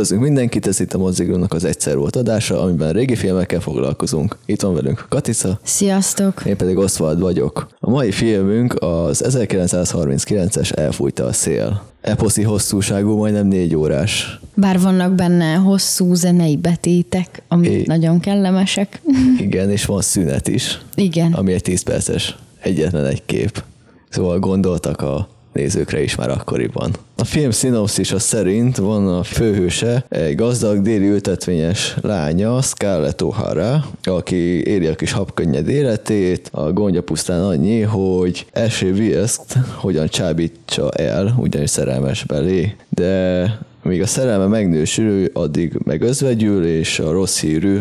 Üdvözlünk mindenkit, ez itt a Mozzigrúnak az Egyszer volt adása, amiben régi filmekkel foglalkozunk. Itt van velünk Katica. Sziasztok! Én pedig Oswald vagyok. A mai filmünk az 1939-es Elfújta a szél. Eposzi hosszúságú, majdnem 4 órás. Bár vannak benne hosszú zenei betétek, amik nagyon kellemesek. Igen, és van szünet is. Igen. Ami egy 10 perces, egyetlen egy kép. Szóval gondoltak a nézőkre is már akkoriban. A film szinopszisa szerint van a főhőse egy gazdag déli ültetvényes lánya, Scarlett O'Hara, aki éli a kis habkönnyed életét. A gondja pusztán annyi, hogy Ashley Wilkes-t hogyan csábítsa el, ugyanis szerelmes belé, de míg a szerelme megnősül, addig megözvegyül, és a rossz hírű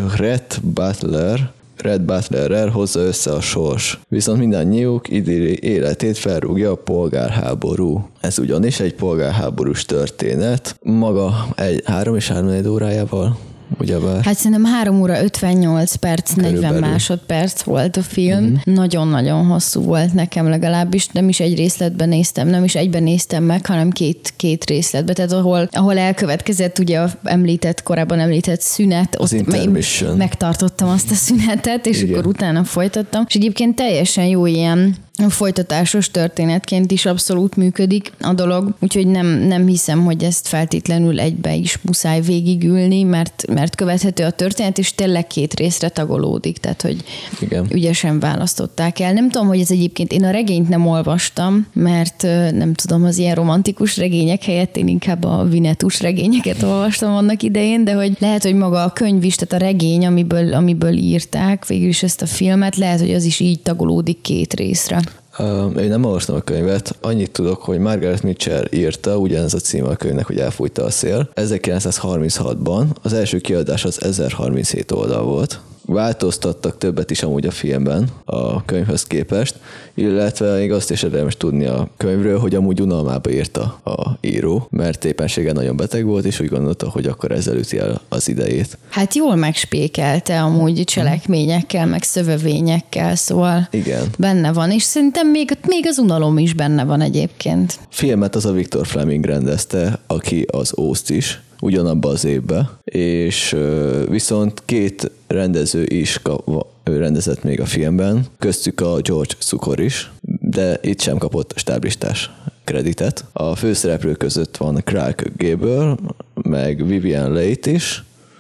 Red Butlerrel hozza össze a sors. Viszont mindannyiuk idilli életét felrúgja a polgárháború. Ez ugyanis egy polgárháborús történet, maga egy 3,3 órájával. Ugyebár. Hát szerintem 3 óra 58 perc, körülbelül 40 másodperc volt a film. Nagyon-nagyon hosszú volt nekem legalábbis, nem is egy részletben néztem, nem is egyben néztem meg, hanem két részletben. Tehát ahol elkövetkezett ugye a korábban említett szünet, az ott megtartottam azt a szünetet, és igen, akkor utána folytattam. És egyébként teljesen jó ilyen folytatásos történetként is abszolút működik a dolog, úgyhogy nem hiszem, hogy ezt feltétlenül egybe is muszáj végigülni, mert követhető a történet, és tényleg 2 részre tagolódik, tehát hogy igen, ügyesen választották el. Nem tudom, hogy ez egyébként, én a regényt nem olvastam, mert nem tudom, az ilyen romantikus regények helyett én inkább a Winnetou-s regényeket olvastam annak idején, de hogy lehet, hogy maga a könyv is, tehát a regény, amiből írták végül is ezt a filmet, lehet, hogy az is így tagolódik 2 részre. Én nem olvastam a könyvet, annyit tudok, hogy Margaret Mitchell írta, ugyanez a címe a könyvnek, hogy Elfújta a szél. 1936-ban, az első kiadás az 1037 oldal volt. Változtattak többet is amúgy a filmben a könyvhöz képest, illetve még azt is érdemes tudni a könyvről, hogy amúgy unalmába írta a író, mert éppenséggel nagyon beteg volt, és úgy gondolta, hogy akkor ezzel üti el az idejét. Hát jól megspékelte amúgy cselekményekkel, meg szövevényekkel, szóval igen, benne van, és szerintem még az unalom is benne van egyébként. Filmet az a Victor Fleming rendezte, aki az Ózt is, ugyanabban az évben, és viszont 2 rendező is ő rendezett még a filmben, köztük a George Cukor is, de itt sem kapott stáblistás kreditet. A főszereplők között van Clark Gable, meg Vivien Leigh is.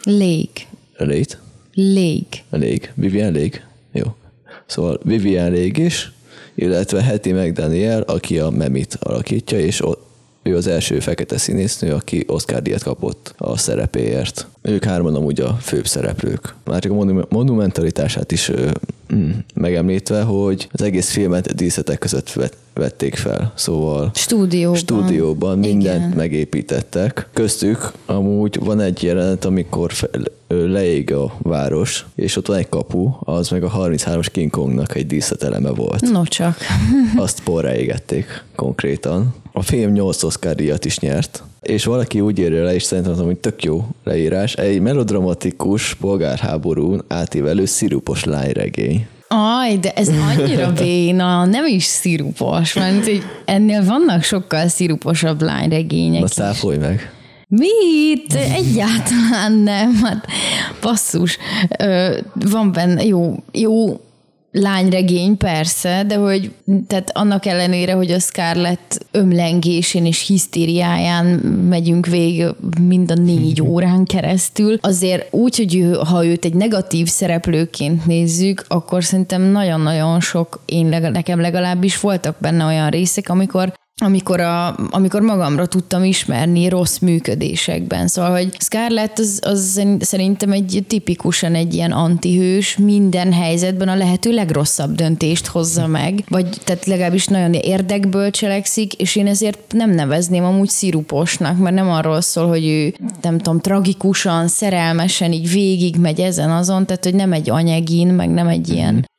Leigh. Vivien Leigh. Jó. Szóval Vivien Leigh is, illetve Hattie McDaniel, aki a Memit alakítja, és ő az első fekete színésznő, aki Oscar-díjat kapott a szerepéért. Ők 3 amúgy a főbb szereplők. Már csak a monumentalitását is megemlítve, hogy az egész filmet díszletek között vették fel. Szóval stúdióban mindent megépítettek. Köztük amúgy van egy jelenet, amikor leég a város, és ott van egy kapu, az meg a 33-as King Kongnak egy díszleteleme volt. No csak. Azt porrá égették konkrétan. A film 8 Oscar-díjat is nyert, és valaki úgy írja le, és szerintem hogy tök jó leírás, egy melodramatikus polgárháborún átívelő szirupos lányregény. De ez annyira béna, nem is szirupos, mert hogy ennél vannak sokkal sziruposabb lányregények. Na száfolj meg! Mit? Egyáltalán nem. Hát basszus. Van benne jó lányregény, persze, de hogy tehát annak ellenére, hogy a Scarlett ömlengésén és hisztériáján megyünk végig mind a 4 órán keresztül, azért úgy, hogy ha őt egy negatív szereplőként nézzük, akkor szerintem nagyon-nagyon sok, nekem legalábbis voltak benne olyan részek, amikor magamra tudtam ismerni rossz működésekben. Szóval, hogy Scarlett az szerintem tipikusan egy ilyen antihős, minden helyzetben a lehető legrosszabb döntést hozza meg, vagy tehát legalábbis nagyon érdekből cselekszik, és én ezért nem nevezném amúgy sziruposnak, mert nem arról szól, hogy ő nem tudom, tragikusan, szerelmesen így végig megy ezen azon, tehát hogy nem egy anyegin, meg nem egy ilyen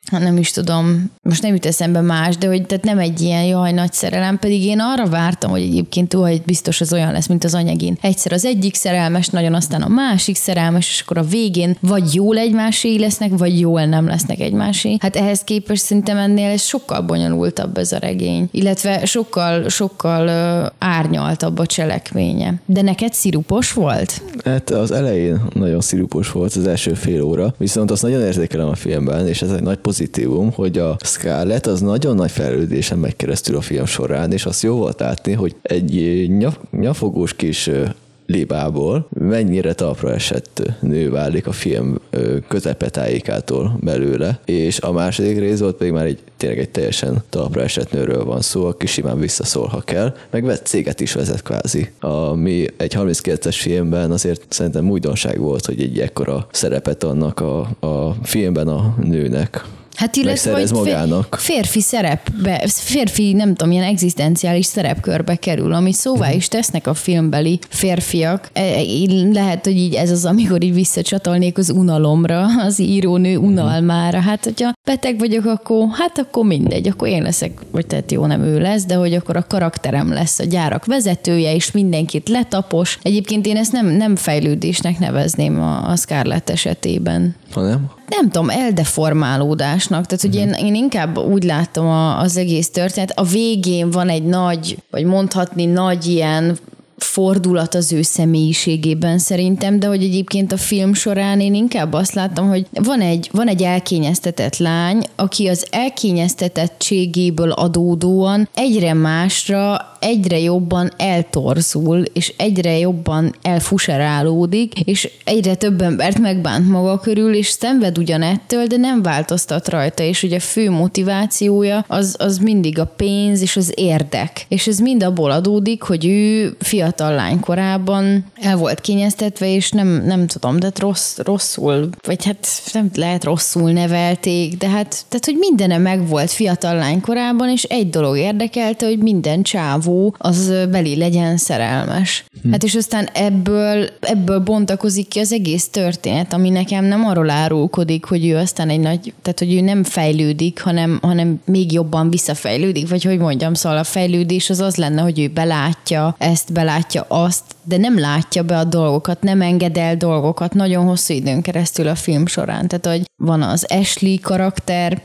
nem is tudom, most nem jut eszembe más, de hogy tehát nem egy ilyen jaj, nagy szerelem, pedig én arra vártam, hogy egyébként hogy biztos az olyan lesz, mint az anyagin. Egyszer az egyik szerelmes, nagyon aztán a másik szerelmes, és akkor a végén vagy jól egymásé lesznek, vagy jól nem lesznek egymásé. Hát ehhez képest szerintem ennél ez sokkal bonyolultabb ez a regény, illetve sokkal árnyaltabb a cselekménye. De neked szirupos volt? Hát az elején nagyon szirupos volt az első fél óra, viszont azt nagyon érzékelem a filmben, és ez egy nagy pozitívum, hogy a Scarlett az nagyon nagy fejlődésen megy keresztül a film során, és azt jó volt látni, hogy egy nyafogós kis libából mennyire talpra esett nő válik a film közepetájékától belőle, és a második rész volt pedig már tényleg egy teljesen talpra esett nőről van szó, aki simán visszaszól, ha kell, meg céget is vezet kvázi. Ami egy 39-es filmben azért szerintem újdonság volt, hogy egy ekkora szerepet adnak a filmben a nőnek. Hát illetve, hogy férfi, nem tudom, ilyen egzisztenciális szerepkörbe kerül, ami szóvá is tesznek a filmbeli férfiak. Lehet, hogy így ez az, amikor így visszacsatolnék az unalomra, az írónő unalmára. Hát, hogyha beteg vagyok, akkor mindegy, akkor én leszek, vagy tehát jó, nem ő lesz, de hogy akkor a karakterem lesz a gyárak vezetője, és mindenkit letapos. Egyébként én ezt nem fejlődésnek nevezném a Scarlett esetében. Hanem? Nem tudom, eldeformálódásnak. Tehát, hogy én inkább úgy láttam az egész történet. A végén van egy nagy, vagy mondhatni nagy ilyen fordulat az ő személyiségében szerintem, de hogy egyébként a film során én inkább azt láttam, hogy van egy elkényeztetett lány, aki az elkényeztetettségéből adódóan egyre másra, egyre jobban eltorzul, és egyre jobban elfuserálódik, és egyre több embert megbánt maga körül, és szenved ugyanettől, de nem változtat rajta, és ugye a fő motivációja az mindig a pénz és az érdek. És ez mind abból adódik, hogy ő fiatal lány korában el volt kényeztetve, és nem tudom, de rosszul, vagy hát nem lehet rosszul nevelték, de hát tehát, hogy mindene megvolt fiatal lány korában, és egy dolog érdekelte, hogy minden csávó az beli legyen szerelmes. Hát és aztán ebből bontakozik ki az egész történet, ami nekem nem arról árulkodik, hogy ő aztán egy nagy, tehát hogy ő nem fejlődik, hanem még jobban visszafejlődik, vagy hogy mondjam, szóval a fejlődés az lenne, hogy ő belátja ezt, belátja azt, de nem látja be a dolgokat, nem enged el dolgokat nagyon hosszú időn keresztül a film során. Tehát, hogy van az Ashley karakter,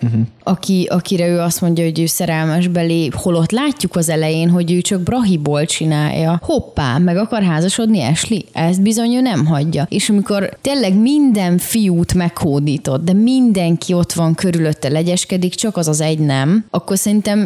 akire ő azt mondja, hogy ő szerelmes belé, holott látjuk az elején, hogy ő csak brahiból csinálja. Hoppá, meg akar házasodni Ashley? Ezt bizony ő nem hagyja. És amikor tényleg minden fiút meghódított, de mindenki ott van körülötte, legyeskedik, csak az egy nem, akkor szerintem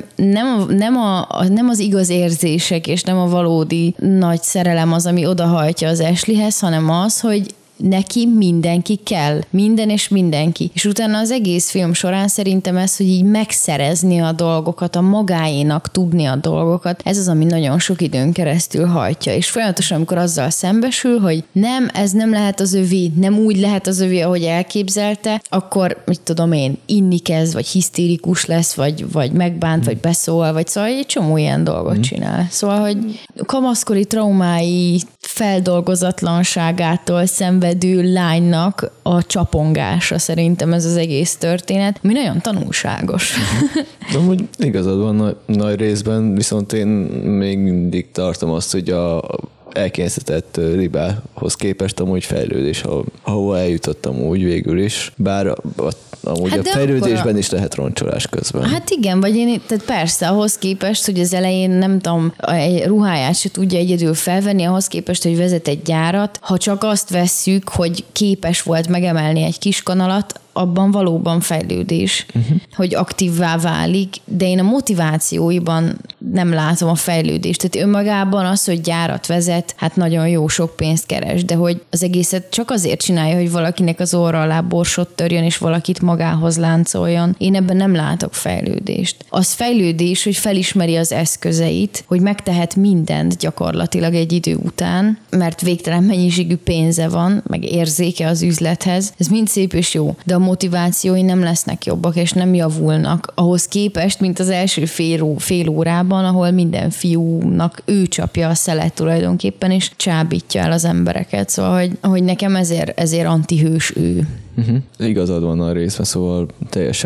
nem az igaz érzések, és nem a valódi nagy szerelem az, ami odahajtja az Ashleyhez, hanem az, hogy neki mindenki kell. Minden és mindenki. És utána az egész film során szerintem ez, hogy így megszerezni a dolgokat, a magáénak tudni a dolgokat, ez az, ami nagyon sok időn keresztül hajtja. És folyamatosan, amikor azzal szembesül, hogy nem, ez nem lehet az övé, nem úgy lehet az övé, ahogy elképzelte, akkor, mit tudom én, inni kezd, vagy hisztérikus lesz, vagy megbánt, vagy beszól, vagy szóval egy csomó ilyen dolgot csinál. Szóval, hogy kamaszkori traumái feldolgozatlanságától szenvedő lánynak a csapongása szerintem ez az egész történet, ami nagyon tanulságos. De amúgy igazad van nagy részben, viszont én még mindig tartom azt, hogy a elkényeztetett ribához képest amúgy fejlődés, ahova eljutottam úgy végül is, bár amúgy hát a fejlődésben is lehet roncsolás közben. Hát igen, tehát persze, ahhoz képest, hogy az elején nem tudom, egy ruháját se tudja egyedül felvenni, ahhoz képest, hogy vezet egy gyárat, ha csak azt vesszük, hogy képes volt megemelni egy kis kanalat, abban valóban fejlődés, hogy aktívvá válik, de én a motivációiban nem látom a fejlődést. Tehát önmagában az, hogy gyárat vezet, hát nagyon jó, sok pénzt keres, de hogy az egészet csak azért csinálja, hogy valakinek az orra alá borsot törjön, és valakit magához láncoljon. Én ebben nem látok fejlődést. Az fejlődés, hogy felismeri az eszközeit, hogy megtehet mindent gyakorlatilag egy idő után, mert végtelen mennyiségű pénze van, meg érzéke az üzlethez. Ez mind szép és jó, de a motivációi nem lesznek jobbak, és nem javulnak ahhoz képest, mint az első fél órában, ahol minden fiúnak ő csapja a szelet tulajdonképpen, és csábítja el az embereket. Szóval, hogy nekem ezért antihős ő. Igazad van a részben, szóval teljesen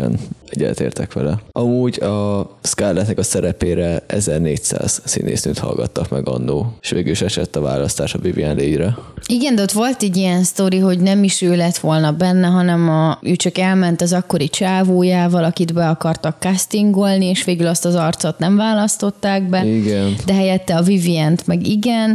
egyetértek vele. Amúgy a Scarlettnek a szerepére 1400 színésznőt hallgattak meg annó, és végül is esett a választás a Vivien Leigh-re. Igen, de ott volt egy ilyen sztori, hogy nem is ő lett volna benne, hanem ő csak elment az akkori csávójával, akit be akartak castingolni, és végül azt az arcot nem választották be. Igen. De helyette a Vivient meg igen,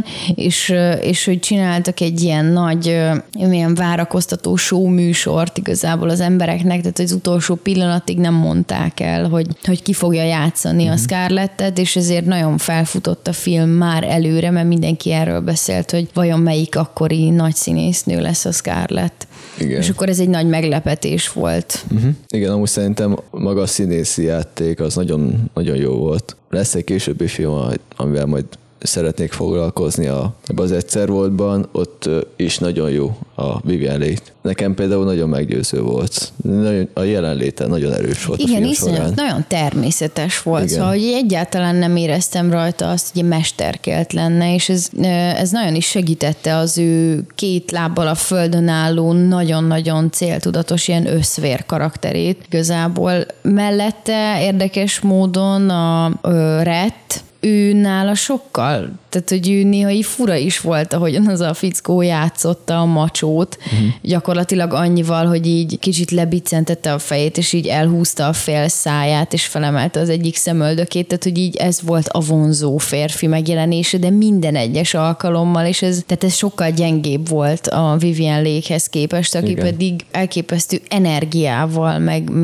és hogy csináltak egy ilyen nagy, ilyen várakoztató show műsort igazából az embereknek, tehát az utolsó pillanatig nem mondták el, hogy ki fogja játszani a Scarlettet, és ezért nagyon felfutott a film már előre, mert mindenki erről beszélt, hogy vajon melyik akkori nagy színésznő lesz a Scarlett. Igen. És akkor ez egy nagy meglepetés volt. Igen, amúgy szerintem maga a színészi játék az nagyon, nagyon jó volt. Lesz egy későbbi film, amivel majd szeretnék foglalkozni ebben az Egyszer Voltban, ott is nagyon jó a Vivien Leigh. Nekem például nagyon meggyőző volt. A jelenléte nagyon erős volt. Igen, a film során. Nagyon természetes volt, Igen. szóval hogy egyáltalán nem éreztem rajta azt, hogy mesterkelt lenne, és ez nagyon is segítette az ő két lábbal a földön álló, nagyon-nagyon céltudatos ilyen összvér karakterét. Igazából mellette érdekes módon a Rhett, ő nála sokkal, tehát hogy ő néha így fura is volt, ahogyan az a fickó játszotta a macsót, gyakorlatilag annyival, hogy így kicsit lebiccentette a fejét, és így elhúzta a fél száját, és felemelte az egyik szemöldökét, tehát hogy így ez volt a vonzó férfi megjelenése, de minden egyes alkalommal, és ez sokkal gyengébb volt a Vivien Leigh-hez képest, aki Igen. pedig elképesztő energiával,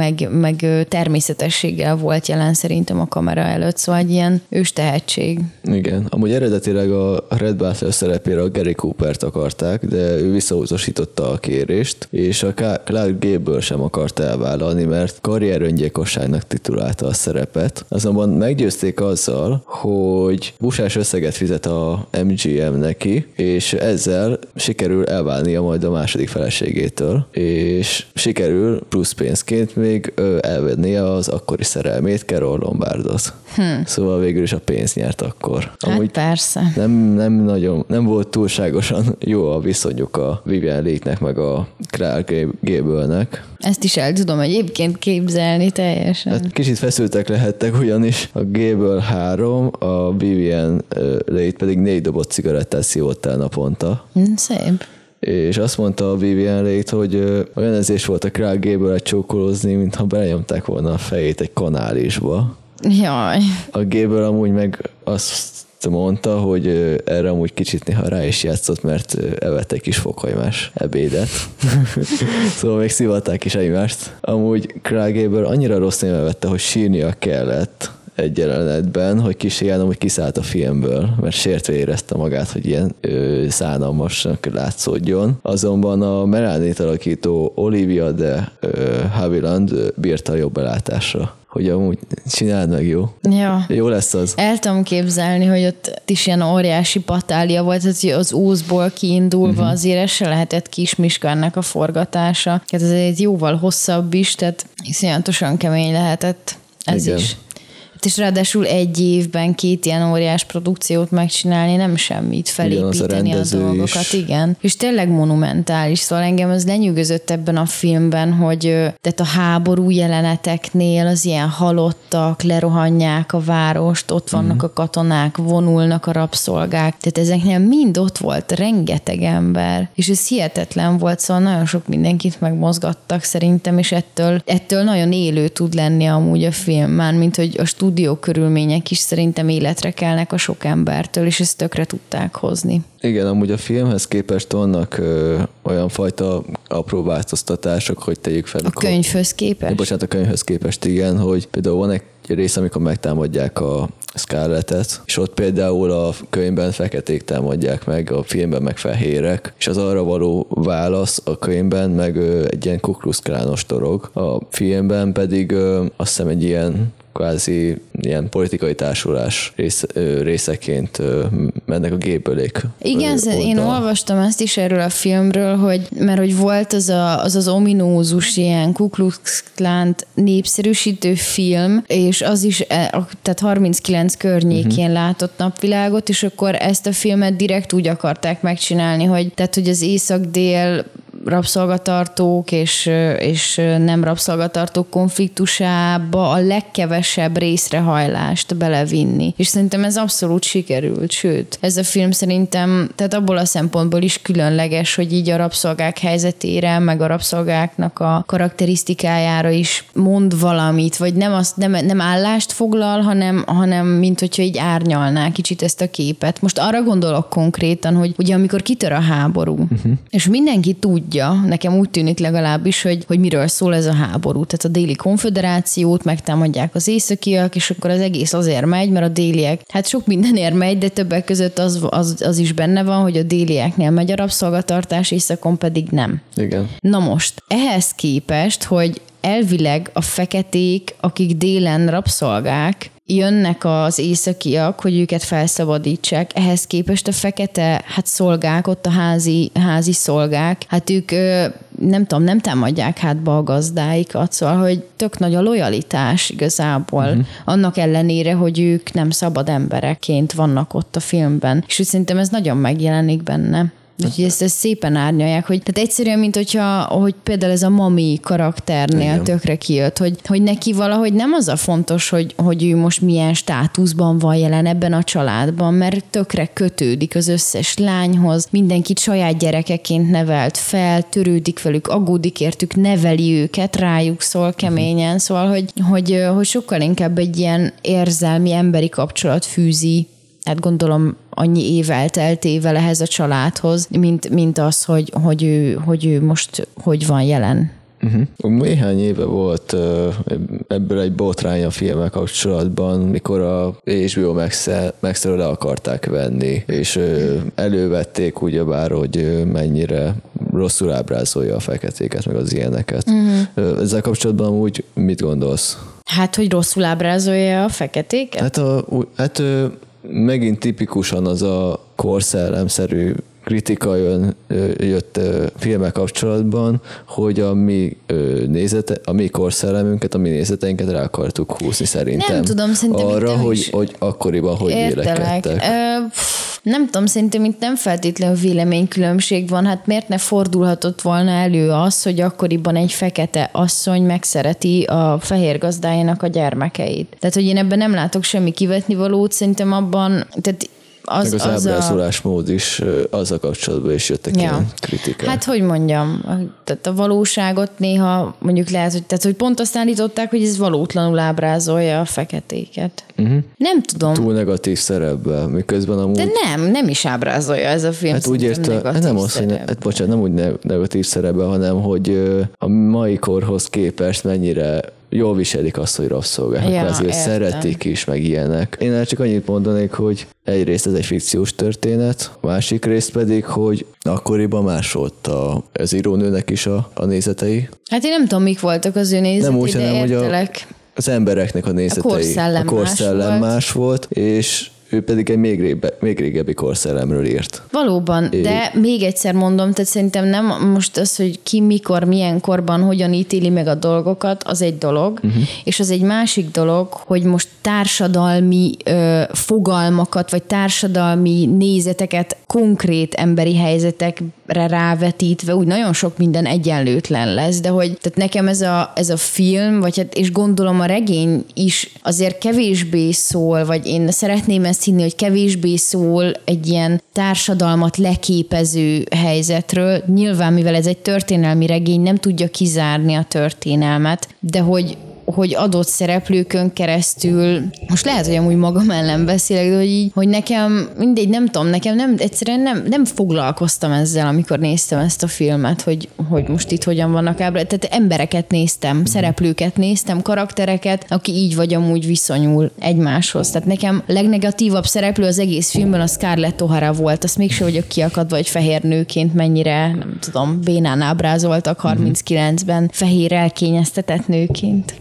meg természetességgel volt jelen szerintem a kamera előtt, szóval egy ilyen tehetség. Igen. Amúgy eredetileg a Red Butler szerepére a Gary Coopert akarták, de ő visszautasította a kérést, és a Clark Gable sem akart elvállalni, mert karrieröngyilkosságnak titulálta a szerepet. Azonban meggyőzték azzal, hogy busás összeget fizet a MGM neki, és ezzel sikerül elválnia majd a második feleségétől, és sikerül plusz pénzként még elvennie az akkori szerelmét, Carole Lombardot. Szóval végül is a pénzt nyert akkor. Hát persze. Nem volt túlságosan jó a viszonyuk a Vivien Leigh-nek meg a Clark Gable-nek. Ezt is el tudom egyébként képzelni teljesen. Hát kicsit feszültek lehettek, ugyanis a Gable 3, a Vivien Leigh pedig 4 doboz cigarettát szívott el naponta. Szép. És azt mondta a Vivien Leigh, hogy olyan érzés volt a Clark Gable-et csókolózni, mintha belenyomták volna a fejét egy kanálisba. Jaj. A Gable amúgy meg azt mondta, hogy erre amúgy kicsit néha rá is játszott, mert evett egy kis fokhagymás ebédet. Szóval még szivatták is egymást. Amúgy Clark Gable annyira rossz néven vette, hogy sírnia kellett egy jelenetben, hogy kicsit amúgy kiszállt a filmből, mert sértve érezte magát, hogy ilyen szánalmasnak látszódjon. Azonban a Melanie-t alakító Olivia de Havilland bírta a jobb belátásra, hogy amúgy csináld meg, jó? Ja. Jó lesz az. El tudom képzelni, hogy ott is ilyen óriási patália volt, hogy az úszból kiindulva azért ez se lehetett kismiska ennek a forgatása. Tehát ez egy jóval hosszabb is, tehát iszonyatosan kemény lehetett ez Igen. is. És ráadásul egy évben 2 ilyen óriás produkciót megcsinálni, nem semmit felépíteni a dolgokat. Is. Igen. És tényleg monumentális, szóval engem az lenyűgözött ebben a filmben, hogy tehát a háború jeleneteknél az ilyen halottak, lerohanják a várost, ott vannak a katonák, vonulnak a rabszolgák, tehát ezeknél mind ott volt rengeteg ember, és ez hihetetlen volt, szóval nagyon sok mindenkit megmozgattak szerintem, és ettől nagyon élő tud lenni amúgy a film, mármint hogy a stúdió körülmények is szerintem életre kelnek a sok embertől, és ezt tökre tudták hozni. Igen, amúgy a filmhez képest vannak olyan fajta apró változtatások, hogy tegyük fel. A könyvhöz képest? Bocsánat, a könyvhöz képest igen, hogy például van egy rész, amikor megtámadják a Scarlettet, és ott például a könyvben feketék támadják meg, a filmben meg fehérek, és az arra való válasz a könyvben meg egy ilyen Ku Klux Klános torog, a filmben pedig azt hiszem egy ilyen kvázi ilyen politikai társulás részeként mennek a Gable-ék. Igen, én olvastam ezt is erről a filmről, mert hogy volt az ominózus ilyen Ku Klux Klánt népszerűsítő film, és az is tehát 39 környékén látott napvilágot, és akkor ezt a filmet direkt úgy akarták megcsinálni, hogy az észak-dél rabszolgatartók és nem rabszolgatartók konfliktusába a legkevesebb részrehajlást belevinni. És szerintem ez abszolút sikerült, sőt, ez a film szerintem, tehát abból a szempontból is különleges, hogy így a rabszolgák helyzetére, meg a rabszolgáknak a karakterisztikájára is mond valamit, vagy nem állást foglal, hanem mint hogyha így árnyalná kicsit ezt a képet. Most arra gondolok konkrétan, hogy ugye amikor kitör a háború, és mindenki tudja, nekem úgy tűnik legalábbis, hogy miről szól ez a háború. Tehát a déli konföderációt megtámadják az északiak, és akkor az egész azért megy, mert a déliek, hát sok mindenért megy, de többek között az is benne van, hogy a délieknél megy a rabszolgatartás, északon pedig nem. Igen. Na most, ehhez képest, hogy elvileg a feketék, akik délen rabszolgák, jönnek az északiak, hogy őket felszabadítsák. Ehhez képest a fekete szolgák, ott a házi szolgák, hát ők nem támadják hátba a gazdáikat, szóval, hogy tök nagy a lojalitás igazából. Annak ellenére, hogy ők nem szabad emberekként vannak ott a filmben. És úgy szerintem ez nagyon megjelenik benne. Úgyhogy ezt szépen árnyalják, hogy tehát egyszerűen, mint hogy például ez a mami karakternél igen. tökre kijött, hogy neki valahogy nem az a fontos, hogy ő most milyen státuszban van jelen ebben a családban, mert tökre kötődik az összes lányhoz, mindenkit saját gyerekeként nevelt fel, törődik velük, aggódik értük, neveli őket, rájuk szól keményen, szóval, hogy sokkal inkább egy ilyen érzelmi, emberi kapcsolat fűzi, hát gondolom annyi év elteltével ehhez a családhoz, mint az, hogy ő most hogy van jelen. Néhány éve volt ebből egy botrány a filmek kapcsolatban, mikor a HBO Max-ről le akarták venni, és elővették ugyebár, hogy mennyire rosszul ábrázolja a feketéket, meg az ilyeneket. Ezzel kapcsolatban úgy mit gondolsz? Hát, hogy rosszul ábrázolja a feketéket? Hát megint tipikusan az a korszellemszerű kritika jött filmek kapcsolatban, hogy a mi korszellemünket, a mi nézeteinket rá akartuk húzni szerintem. Nem tudom, szerintem arra, hogy akkoriban hogy vélekedtek. Nem tudom, szerintem itt nem feltétlenül véleménykülönbség van, hát miért ne fordulhatott volna elő az, hogy akkoriban egy fekete asszony megszereti a fehér gazdájának a gyermekeit. Tehát, hogy én ebben nem látok semmi kivetnivalót, szerintem abban, tehát meg az ábrázolásmód is azzal kapcsolatban is jöttek ilyen kritikák. Hát, hogy mondjam, tehát a valóságot néha mondjuk lehet, hogy pont azt állították, hogy ez valótlanul ábrázolja a feketéket. Nem tudom. Túl negatív szerepben, miközben amúgy... De nem is ábrázolja ez a film. Hát úgy értem, nem az, hogy nem úgy negatív szerepben, hanem hogy a mai korhoz képest mennyire jól viselik azt, hogy rabszolgák. Azért szeretik is, meg ilyenek. Én csak annyit mondanék, hogy egyrészt ez egy fikciós történet, a másik részt pedig, hogy akkoriban más volt az írónőnek is a nézetei. Hát én nem tudom, mik voltak az ő nézetei, nem úgy, de hanem, értelek. Az embereknek a nézetei. A korszellem más volt, és ő pedig egy még régebbi korszellemről írt. Valóban, de még egyszer mondom, tehát szerintem nem most az, hogy ki, mikor, milyen korban, hogyan ítéli meg a dolgokat, az egy dolog, és az egy másik dolog, hogy most társadalmi fogalmakat, vagy társadalmi nézeteket konkrét emberi helyzetekre rávetítve, úgy nagyon sok minden egyenlőtlen lesz, de hogy tehát nekem ez a film, vagy hát, és gondolom a regény is azért kevésbé szól, vagy én szeretném ezt hinni, hogy kevésbé szól egy ilyen társadalmat leképező helyzetről. Nyilván, mivel ez egy történelmi regény, nem tudja kizárni a történelmet, de hogy adott szereplőkön keresztül, most lehet, hogy amúgy magam ellen beszélek, de hogy nekem mindegy, nem tudom, egyszerűen nem foglalkoztam ezzel, amikor néztem ezt a filmet, hogy most itt hogyan vannak tehát embereket néztem, szereplőket néztem, karaktereket, aki így vagy amúgy viszonyul egymáshoz. Tehát nekem a legnegatívabb szereplő az egész filmben a Scarlett O'Hara volt, azt mégse vagyok kiakadva, hogy fehér nőként mennyire, nem tudom, bénán ábrázoltak 39-ben, fehér elkényeztetett nőként.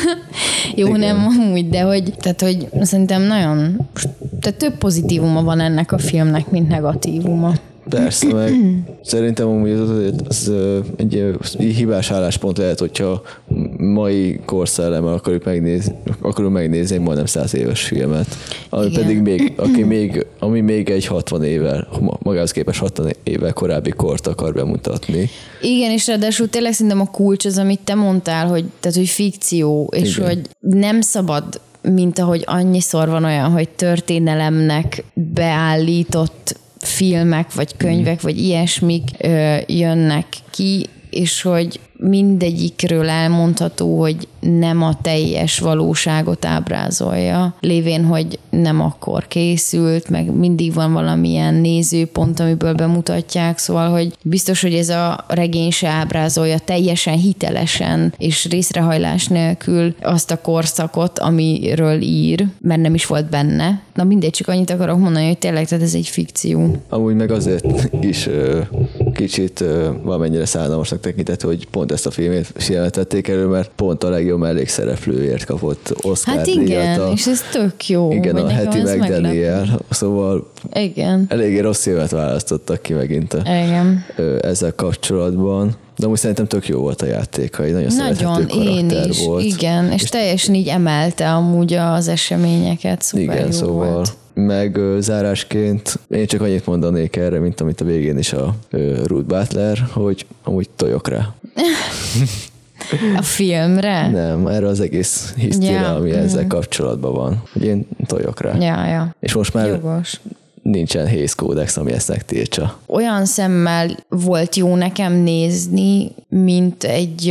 Jó, igen. Nem amúgy, de hogy szerintem nagyon, tehát több pozitívuma van ennek a filmnek, mint negatívuma. Persze, meg szerintem amúgy az egy hibás álláspont lehet, hogyha mai korszellemmel akarunk megnézni egy majdnem 100 éves filmet, ami igen. pedig ami még egy 60 évvel, magához képest 60 évvel korábbi kort akar bemutatni. Igen, és ráadásul tényleg szerintem a kulcs az, amit te mondtál, hogy fikció, és igen. hogy nem szabad, mint ahogy annyiszor van olyan, hogy történelemnek beállított filmek, vagy könyvek, vagy ilyesmik jönnek ki, és hogy mindegyikről elmondható, hogy nem a teljes valóságot ábrázolja, lévén, hogy nem akkor készült, meg mindig van valamilyen nézőpont, amiből bemutatják, szóval, hogy biztos, hogy ez a regény se ábrázolja teljesen hitelesen és részrehajlás nélkül azt a korszakot, amiről ír, mert nem is volt benne. Na mindegy, csak annyit akarok mondani, hogy tényleg, tehát ez egy fikció. Amúgy meg azért is kicsit valamennyire szánalmasnak tekintett, hogy pont ezt a filmet tették elő, mert pont a legjobb mellékszereplőért kapott Oscar hát igen, díjat. És ez tök jó. Igen, a Hattie McDaniel. Szóval igen. Eléggé rossz évet választottak ki megint ezzel kapcsolatban. De amúgy szerintem tök jó volt a játékai, nagyon szerethető karakter is, volt. Igen, és teljesen így emelte amúgy az eseményeket, szuper igen, jó szóval volt. Meg zárásként én csak annyit mondanék erre, mint amit a végén is a Ruth Butler, hogy amúgy tojok rá. A filmre? Nem, erre az egész hisztire, ami ezzel kapcsolatban van. Hogy én tojok rá. Ja. És most már jogos. Nincsen Hays Kódex, ami ezt megtiltsa. Olyan szemmel volt jó nekem nézni, mint egy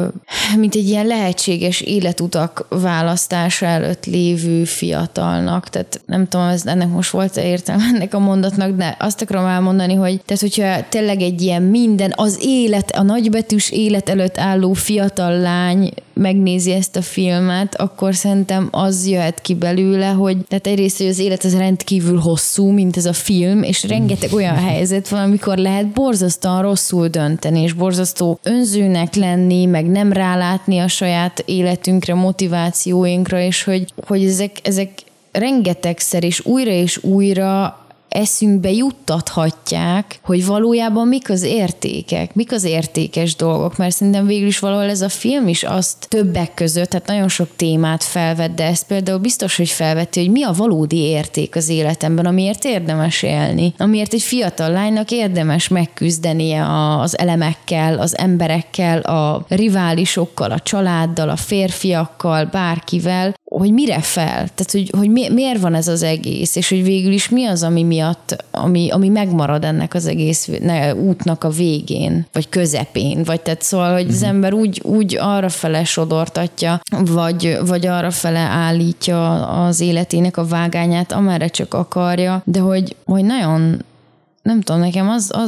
ilyen lehetséges életutak választása előtt lévő fiatalnak. Tehát nem tudom, ennek most volt-e értelme ennek a mondatnak, de azt akarom elmondani, hogy tehát hogyha tényleg egy ilyen minden, az élet, a nagybetűs élet előtt álló fiatal lány megnézi ezt a filmet, akkor szerintem az jöhet ki belőle, hogy tehát egyrészt, hogy az élet az rendkívül hosszú, mint ez a film, és rengeteg olyan helyzet van, amikor lehet borzasztóan rosszul dönteni, és borzasztó önzőnek lenni, meg nem rálátni a saját életünkre, motivációinkra, és hogy ezek rengetegszer és újra eszünkbe juttathatják, hogy valójában mik az értékek, mik az értékes dolgok, mert szerintem végül is valahol ez a film is azt többek között, tehát nagyon sok témát felvett, de ezt például biztos, hogy felveti, hogy mi a valódi érték az életemben, amiért érdemes élni, amiért egy fiatal lánynak érdemes megküzdenie az elemekkel, az emberekkel, a riválisokkal, a családdal, a férfiakkal, bárkivel, hogy mire fel, tehát hogy miért van ez az egész, és hogy végül is mi az, ami miatt, ami megmarad ennek az egész útnak a végén, vagy közepén, vagy tehát szóval, hogy az ember úgy arrafele sodortatja, vagy arrafele állítja az életének a vágányát, amerre csak akarja, de hogy nagyon nem tudom, nekem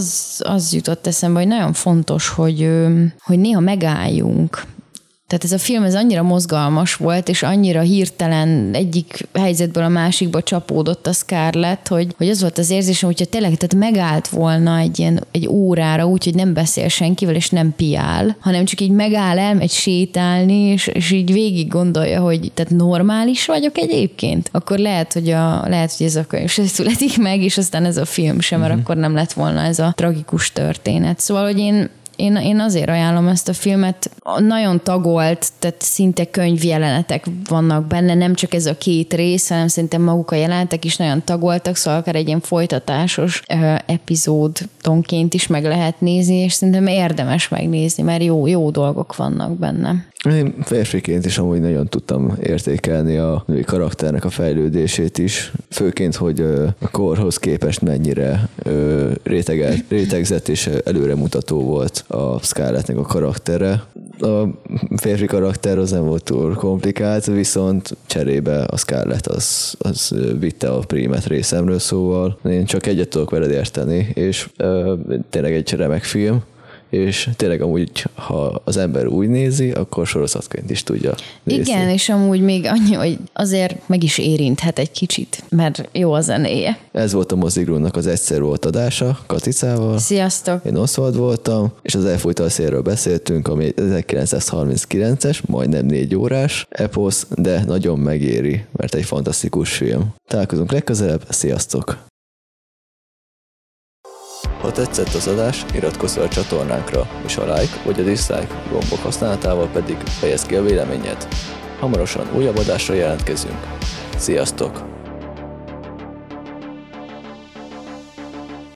az jutott eszembe, hogy nagyon fontos, hogy néha megálljunk. Tehát ez a film ez annyira mozgalmas volt, és annyira hirtelen egyik helyzetből a másikba csapódott a Scarlett, hogy az volt az érzésem, hogyha tényleg tehát megállt volna egy órára úgy, hogy nem beszél senkivel, és nem piál, hanem csak így megáll, elmegy sétálni, és így végig gondolja, hogy tehát normális vagyok egyébként, akkor lehet, hogy ez a könyv se születik meg, és aztán ez a film sem, mert akkor nem lett volna ez a tragikus történet. Szóval, hogy én azért ajánlom ezt a filmet, nagyon tagolt, tehát szinte könyvjelenetek vannak benne, nem csak ez a két rész, hanem szerintem maguk a jelenetek is nagyon tagoltak, szóval akár egy ilyen folytatásos epizódonként is meg lehet nézni, és szerintem érdemes megnézni, mert jó dolgok vannak benne. Én férfiként is amúgy nagyon tudtam értékelni a női karakternek a fejlődését is, főként, hogy a korhoz képest mennyire rétegzett és előremutató volt a Scarlettnek a karaktere. A férfi karakter az nem volt túl komplikált, viszont cserébe a Scarlett az vitte a prímet részemről, szóval én csak egyet tudok veled érteni, és tényleg egy remek film, és tényleg amúgy, ha az ember úgy nézi, akkor sorozatként is tudja nézni. Igen, és amúgy még annyi, hogy azért meg is érinthet egy kicsit, mert jó a zenéje. Ez volt a Mozigrunnak az Egyszer volt adása, Katicával. Sziasztok! Én Oswald voltam, és az Elfújt a szélről beszéltünk, ami 1939-es, majdnem 4 órás eposz, de nagyon megéri, mert egy fantasztikus film. Találkozunk legközelebb, sziasztok! Ha tetszett az adás, iratkozz fel a csatornánkra, és a like vagy a dislike gombok használatával pedig fejezd ki a véleményed. Hamarosan újabb adásra jelentkezünk. Sziasztok!